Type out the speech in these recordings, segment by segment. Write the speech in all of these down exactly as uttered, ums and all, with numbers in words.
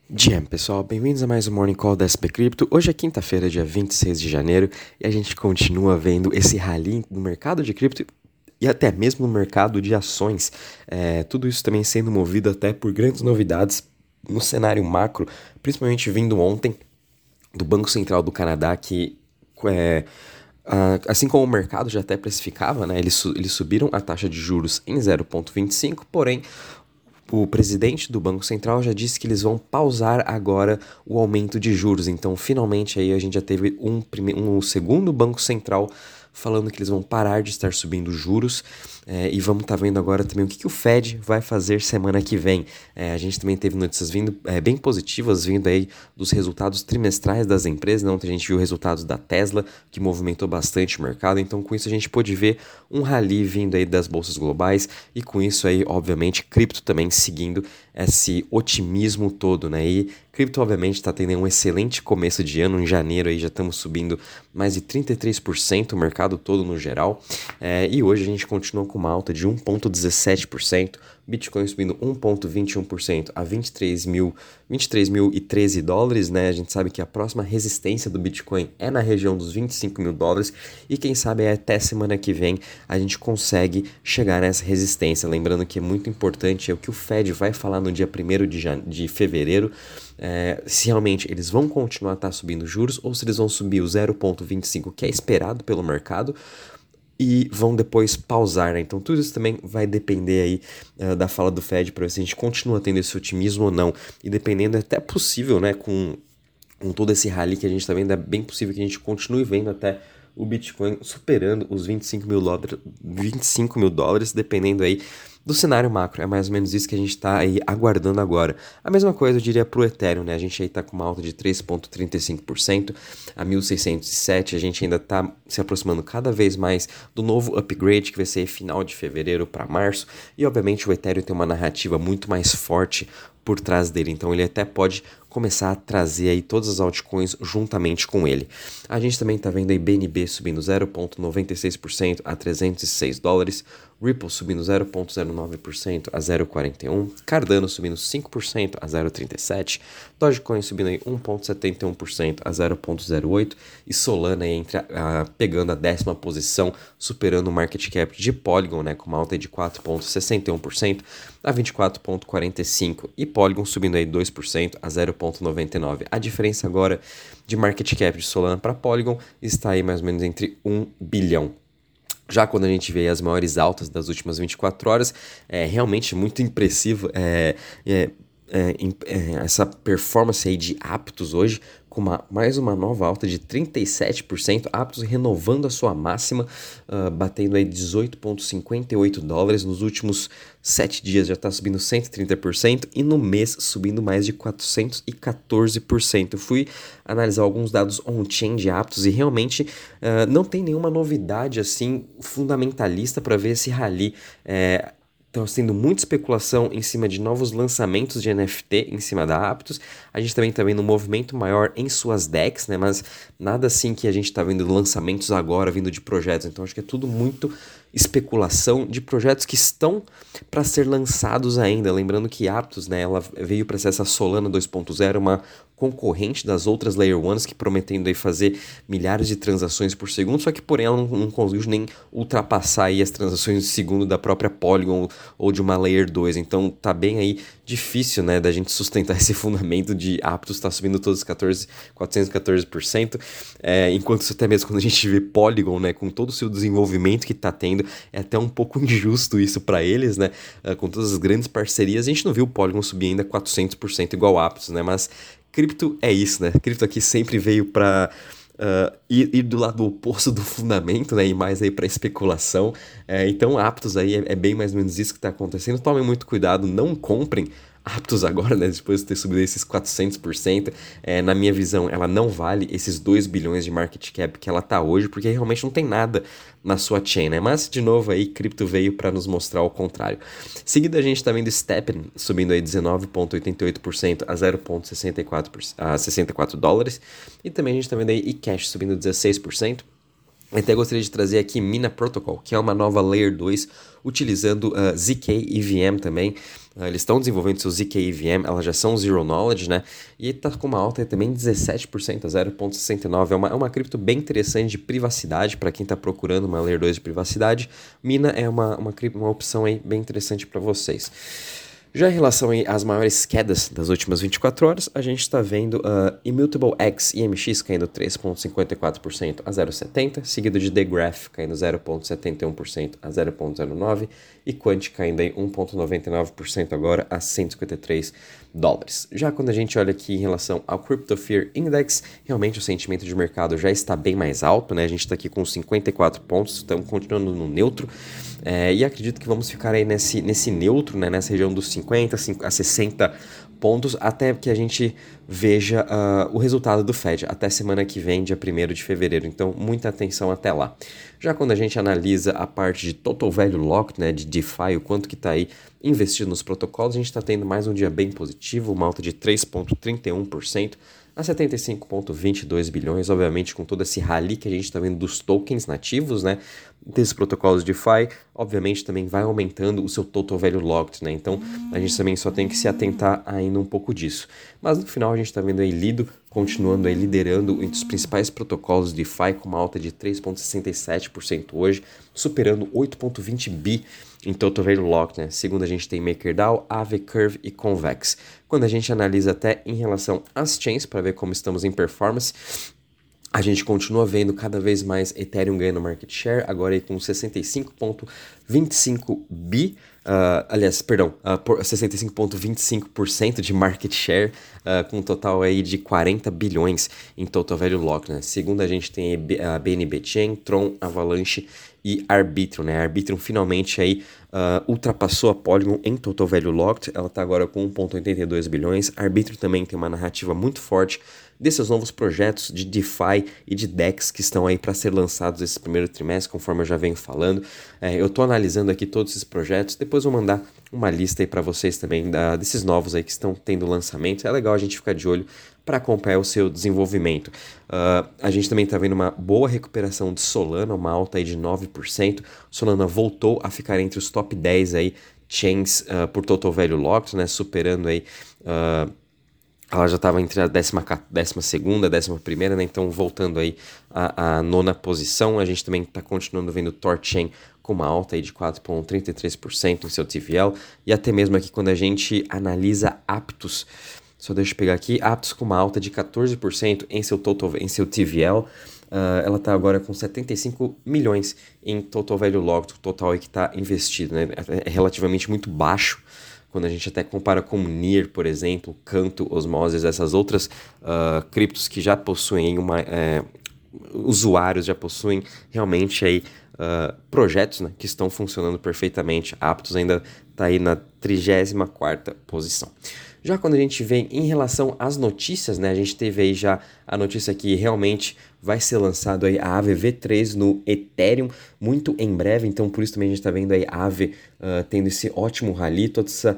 Jam, pessoal, bem-vindos a mais um Morning Call da S P Crypto. Hoje é quinta-feira, dia vinte e seis de janeiro, e a gente continua vendo esse rally no mercado de cripto e até mesmo no mercado de ações. É, tudo isso também sendo movido até por grandes novidades no cenário macro, principalmente vindo ontem do Banco Central do Canadá, que é, assim como o mercado já até precificava, né, eles, eles subiram a taxa de juros em zero vírgula vinte e cinco, porém o presidente do Banco Central já disse que eles vão pausar agora o aumento de juros. Então, finalmente, aí a gente já teve um, prime- um segundo Banco Central falando que eles vão parar de estar subindo juros. É, e vamos estar tá vendo agora também o que, que o Fed vai fazer semana que vem. É, a gente também teve notícias vindo é, bem positivas, vindo aí dos resultados trimestrais das empresas. Ontem a gente viu resultados da Tesla, que movimentou bastante o mercado. Então, com isso, a gente pôde ver um rally vindo aí das bolsas globais. E com isso aí, obviamente, cripto também seguindo esse otimismo todo, né? E cripto, obviamente, está tendo um excelente começo de ano. Em janeiro aí já estamos subindo mais de trinta e três por cento, o mercado todo no geral. É, e hoje a gente continua com uma alta de um vírgula dezessete por cento, Bitcoin subindo um vírgula vinte e um por cento a vinte e três mil, vinte e três mil e treze dólares, né? A gente sabe que a próxima resistência do Bitcoin é na região dos vinte e cinco mil dólares e quem sabe até semana que vem a gente consegue chegar nessa resistência. Lembrando que é muito importante é o que o Fed vai falar no dia primeiro de, jane... de fevereiro, é, se realmente eles vão continuar a estar subindo juros ou se eles vão subir o zero vírgula vinte e cinco que é esperado pelo mercado e vão depois pausar, né? Então tudo isso também vai depender aí uh, da fala do Fed para ver se a gente continua tendo esse otimismo ou não. E dependendo é até possível, né, com, com todo esse rally que a gente está vendo, é bem possível que a gente continue vendo até o Bitcoin superando os vinte e cinco mil dólares, vinte e cinco mil dólares, dependendo aí do cenário macro. É mais ou menos isso que a gente está aí aguardando agora. A mesma coisa eu diria para o Ethereum, né? A gente aí está com uma alta de três vírgula trinta e cinco por cento a mil seiscentos e sete. A gente ainda está se aproximando cada vez mais do novo upgrade que vai ser final de fevereiro para março. E obviamente o Ethereum tem uma narrativa muito mais forte por trás dele, então ele até pode começar a trazer aí todas as altcoins juntamente com ele. A gente também está vendo aí B N B subindo zero vírgula noventa e seis por cento a trezentos e seis dólares, Ripple subindo zero vírgula zero nove por cento a zero vírgula quarenta e um, Cardano subindo cinco por cento a zero vírgula trinta e sete, Dogecoin subindo aí um vírgula setenta e um por cento a zero vírgula zero oito e Solana aí entra, uh, pegando a décima posição, superando o market cap de Polygon, né, com uma alta de quatro vírgula sessenta e um por cento a vinte e quatro vírgula quarenta e cinco e Polygon subindo aí dois por cento a zero vírgula noventa e nove. A diferença agora de market cap de Solana para Polygon está aí mais ou menos entre um bilhão. Já quando a gente vê as maiores altas das últimas vinte e quatro horas, é realmente muito impressivo é, é, é, é, essa performance aí de Aptos hoje, com uma, mais uma nova alta de trinta e sete por cento, Aptos renovando a sua máxima, uh, batendo aí dezoito vírgula cinquenta e oito dólares, nos últimos sete dias já está subindo cento e trinta por cento e no mês subindo mais de quatrocentos e quatorze por cento. Eu fui analisar alguns dados on-chain de Aptos e realmente uh, não tem nenhuma novidade assim fundamentalista para ver esse rally. É, Está sendo muita especulação em cima de novos lançamentos de N F T em cima da Aptos. A gente também está vendo um movimento maior em suas decks, né? Mas nada assim que a gente está vendo lançamentos agora vindo de projetos. Então acho que é tudo muito especulação de projetos que estão para ser lançados ainda. Lembrando que Aptos, né, ela veio para ser essa Solana dois ponto zero, uma concorrente das outras Layer ones que prometendo aí fazer milhares de transações por segundo, só que porém ela não, não conseguiu nem ultrapassar aí as transações de segundo da própria Polygon ou de uma Layer dois, então tá bem aí difícil, né, da gente sustentar esse fundamento de Aptos estar tá subindo todos os quatrocentos e quatorze por cento, é, enquanto isso até mesmo quando a gente vê Polygon, né, com todo o seu desenvolvimento que tá tendo, é até um pouco injusto isso para eles, né, uh, com todas as grandes parcerias, a gente não viu o Polygon subir ainda quatrocentos por cento igual Aptos, né, mas cripto é isso, né? Cripto aqui sempre veio para uh, ir, ir do lado oposto do fundamento, né? E mais aí para especulação. É, então, Aptos aí é, é bem mais ou menos isso que está acontecendo. Tomem muito cuidado, não comprem Aptos agora, né? Depois de ter subido esses quatrocentos por cento. É, na minha visão, ela não vale esses dois bilhões de market cap que ela tá hoje, porque realmente não tem nada na sua chain, né? Mas, de novo, aí, cripto veio para nos mostrar o contrário. Seguida, a gente tá vendo Steppen subindo aí dezenove vírgula oitenta e oito por cento a zero vírgula sessenta e quatro, a sessenta e quatro dólares. E também a gente tá vendo aí eCash subindo dezesseis por cento Até gostaria de trazer aqui Mina Protocol, que é uma nova Layer dois utilizando uh, Z K E V M também. Uh, eles estão desenvolvendo seu Z K E V M, elas já são Zero Knowledge, né? E está com uma alta também de dezessete por cento a zero vírgula sessenta e nove. É uma, é uma cripto bem interessante de privacidade, para quem está procurando uma Layer dois de privacidade. Mina é uma, uma, uma opção aí bem interessante para vocês. Já em relação aí às maiores quedas das últimas vinte e quatro horas, a gente está vendo uh, Immutable X I M X caindo três vírgula cinquenta e quatro por cento a zero vírgula setenta por cento, seguido de The Graph caindo zero vírgula setenta e um por cento a zero vírgula zero nove por cento e Quant caindo aí um vírgula noventa e nove por cento agora a cento e cinquenta e três dólares. Já quando a gente olha aqui em relação ao Crypto Fear Index, realmente o sentimento de mercado já está bem mais alto, né? A gente está aqui com cinquenta e quatro pontos, estamos continuando no neutro. É, e acredito que vamos ficar aí nesse, nesse neutro, né, nessa região dos cinquenta a sessenta pontos, até que a gente veja uh, o resultado do Fed, até semana que vem, dia primeiro de fevereiro. Então, muita atenção até lá. Já quando a gente analisa a parte de Total Value Locked, né, de DeFi, o quanto que está aí investido nos protocolos, a gente está tendo mais um dia bem positivo, uma alta de três vírgula trinta e um por cento a setenta e cinco vírgula vinte e dois bilhões, obviamente com todo esse rally que a gente está vendo dos tokens nativos, né, desses protocolos de DeFi, obviamente também vai aumentando o seu Total Value Locked, né, então a gente também só tem que se atentar ainda um pouco disso. Mas no final a gente está vendo aí Lido continuando aí liderando entre os principais protocolos de DeFi com uma alta de três vírgula sessenta e sete por cento hoje, superando oito vírgula vinte bi em Total Value Locked, né? Segundo a gente tem MakerDAO, Aave, Curve e Convex. Quando a gente analisa até em relação às chains para ver como estamos em performance, a gente continua vendo cada vez mais Ethereum ganhando market share, agora aí com sessenta e cinco vírgula vinte e cinco bi, uh, aliás, perdão, uh, sessenta e cinco vírgula vinte e cinco por cento de market share, uh, com um total aí de quarenta bilhões em Total Value Locked, né? Segundo a gente tem a B N B Chain, Tron, Avalanche e Arbitrum, né? A Arbitrum finalmente aí uh, ultrapassou a Polygon em Total Value Locked, ela está agora com um vírgula oitenta e dois bilhões. A Arbitrum também tem uma narrativa muito forte desses novos projetos de DeFi e de DEX que estão aí para ser lançados esse primeiro trimestre, conforme eu já venho falando. É, eu estou analisando aqui todos esses projetos, depois vou mandar uma lista aí para vocês também da, desses novos aí que estão tendo lançamento. É legal a gente ficar de olho para acompanhar o seu desenvolvimento. Uh, a gente também está vendo uma boa recuperação de Solana, uma alta aí de nove por cento. Solana voltou a ficar entre os top dez aí, chains uh, por Total Value Locked, né, superando aí... Uh, ela já estava entre a décima, décima segunda, décima primeira, né? Então voltando aí à, à nona posição. A gente também está continuando vendo Torchain com uma alta aí de quatro vírgula trinta e três por cento em seu T V L. E até mesmo aqui quando a gente analisa Aptos, só deixa eu pegar aqui, Aptos com uma alta de quatorze por cento em seu, total, em seu T V L. Uh, ela está agora com setenta e cinco milhões em Total Value Locked, o total aí que está investido, né? É relativamente muito baixo. Quando a gente até compara com Near, por exemplo, Canto, Osmosis, essas outras uh, criptos que já possuem uma... É, usuários já possuem realmente aí uh, projetos, né, que estão funcionando perfeitamente. A Aptos ainda está aí na trigésima quarta posição. Já quando a gente vem em relação às notícias, né, a gente teve aí já a notícia que realmente vai ser lançado aí a Aave V três no Ethereum muito em breve, então por isso também a gente está vendo aí a Aave uh, tendo esse ótimo rally, toda essa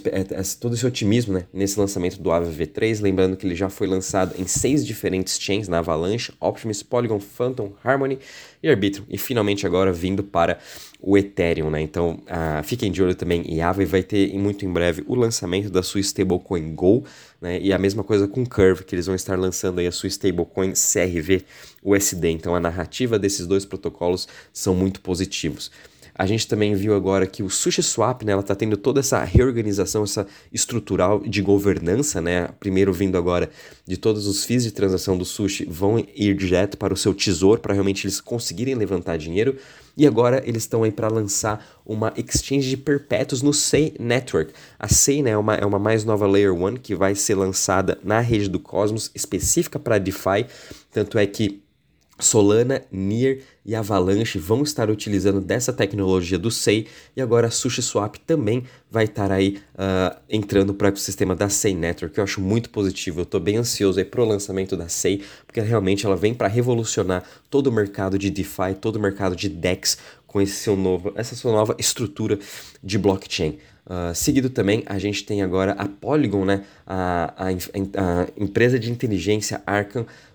todo esse otimismo, né, nesse lançamento do Aave V três, lembrando que ele já foi lançado em seis diferentes chains, na Avalanche, Optimus, Polygon, Phantom, Harmony e Arbitrum, e finalmente agora vindo para o Ethereum, né, então uh, fiquem de olho também, e a Aave vai ter muito em breve o lançamento da sua stablecoin Go, né, e a mesma coisa com Curve, que eles vão estar lançando aí a sua stablecoin C R V U S D, então a narrativa desses dois protocolos são muito positivos. A gente também viu agora que o SushiSwap, né, ela está tendo toda essa reorganização, essa estrutural de governança, né, primeiro vindo agora de todos os fees de transação do Sushi vão ir direto para o seu tesouro, para realmente eles conseguirem levantar dinheiro, e agora eles estão aí para lançar uma exchange de perpétuos no Sei Network. A Sei, né, é uma, é uma mais nova Layer um que vai ser lançada na rede do Cosmos, específica para DeFi, tanto é que Solana, Near e Avalanche vão estar utilizando dessa tecnologia do Sei, e agora a SushiSwap também vai estar aí uh, entrando para o ecossistema da Sei Network, que eu acho muito positivo. Eu estou bem ansioso para o lançamento da Sei, porque realmente ela vem para revolucionar todo o mercado de DeFi, todo o mercado de DEX com esse seu novo, essa sua nova estrutura de blockchain. Uh, seguido também, a gente tem agora a Polygon, né? a, a, a empresa de inteligência Arcan,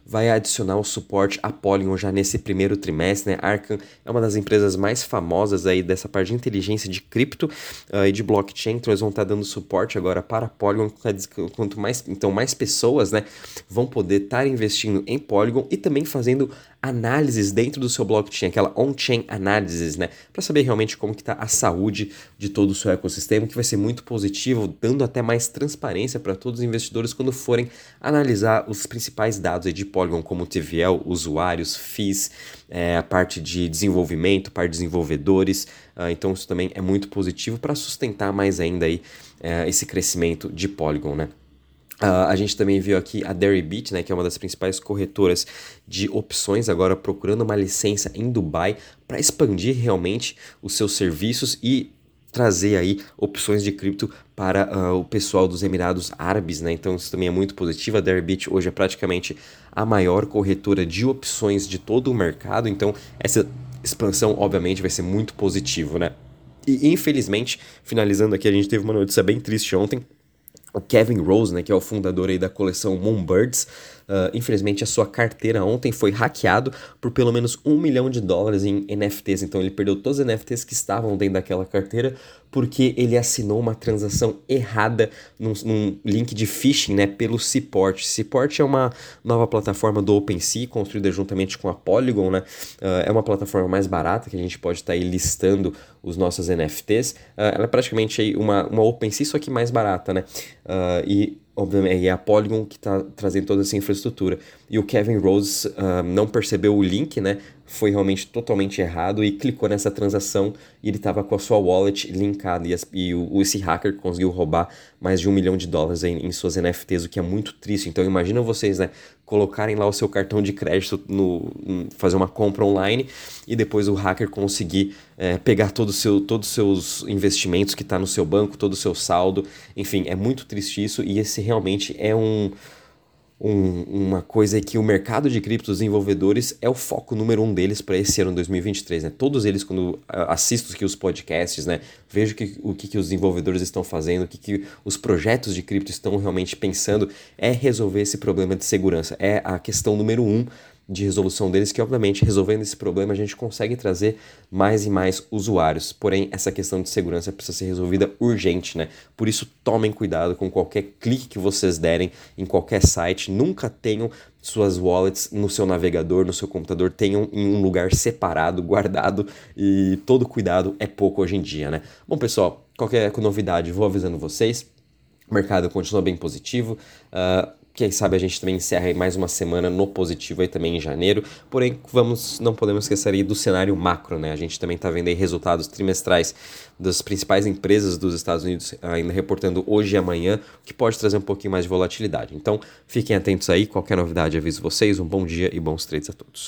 vai adicionar o suporte a Polygon já nesse primeiro trimestre, né? Arkhan é uma das empresas mais famosas aí dessa parte de inteligência de cripto uh, e de blockchain, então eles vão estar dando suporte agora para Polygon, quanto mais, então mais pessoas, né, vão poder estar investindo em Polygon e também fazendo análises dentro do seu blockchain, aquela on-chain analysis, né, para saber realmente como que está a saúde de todo o seu ecossistema, que vai ser muito positivo, dando até mais transparência para todos os investidores quando forem analisar os principais dados aí de Polygon, como T V L, usuários, fees, é, a parte de desenvolvimento, parte de desenvolvedores, uh, então isso também é muito positivo para sustentar mais ainda aí, uh, esse crescimento de Polygon, né. Uh, a gente também viu aqui a Deribit, né, que é uma das principais corretoras de opções, agora procurando uma licença em Dubai para expandir realmente os seus serviços e trazer aí opções de cripto para uh, o pessoal dos Emirados Árabes, né? Então isso também é muito positivo. A Deribit hoje é praticamente a maior corretora de opções de todo o mercado, então essa expansão obviamente vai ser muito positivo, né? E infelizmente, finalizando aqui, a gente teve uma notícia bem triste ontem. O Kevin Rose, né, que é o fundador aí da coleção Moonbirds, uh, infelizmente a sua carteira ontem foi hackeado por pelo menos um milhão de dólares em N F Ts. Então ele perdeu todos os N F Ts que estavam dentro daquela carteira porque ele assinou uma transação errada num, num link de phishing, né, pelo Seaport. Seaport é uma nova plataforma do OpenSea, construída juntamente com a Polygon, né? Uh, é uma plataforma mais barata que a gente pode estar tá aí listando os nossos N F Ts. Uh, ela é praticamente aí uma, uma OpenSea, só que mais barata, né? Uh, e obviamente é a Polygon que está trazendo toda essa infraestrutura. E o Kevin Rose uh, não percebeu o link, né? Foi realmente totalmente errado e clicou nessa transação e ele estava com a sua wallet linkada e, as, e o, esse hacker conseguiu roubar mais de um milhão de dólares em, em suas N F Ts, o que é muito triste. Então imagina vocês, né, colocarem lá o seu cartão de crédito, no, fazer uma compra online e depois o hacker conseguir é, pegar todo o seu, todos os seus investimentos que está no seu banco, todo o seu saldo. Enfim, é muito triste isso e esse realmente é um... Um, uma coisa é que o mercado de cripto, os desenvolvedores, é o foco número um deles para esse ano dois mil e vinte e três, né? Todos eles, quando assisto aqui os podcasts, né, vejo que, o que, que os desenvolvedores estão fazendo, o que, que os projetos de cripto estão realmente pensando, é resolver esse problema de segurança. É a questão número um de resolução deles, que obviamente resolvendo esse problema a gente consegue trazer mais e mais usuários, porém essa questão de segurança precisa ser resolvida urgente, né? Por isso tomem cuidado com qualquer clique que vocês derem em qualquer site, nunca tenham suas wallets no seu navegador, no seu computador, tenham em um lugar separado, guardado, e todo cuidado é pouco hoje em dia, né? Bom pessoal, qualquer novidade vou avisando vocês, o mercado continua bem positivo, uh, quem sabe a gente também encerra aí mais uma semana no positivo aí também em janeiro, porém vamos, não podemos esquecer aí do cenário macro, né? A gente também está vendo aí resultados trimestrais das principais empresas dos Estados Unidos ainda reportando hoje e amanhã, o que pode trazer um pouquinho mais de volatilidade. Então fiquem atentos aí, qualquer novidade aviso vocês, um bom dia e bons trades a todos.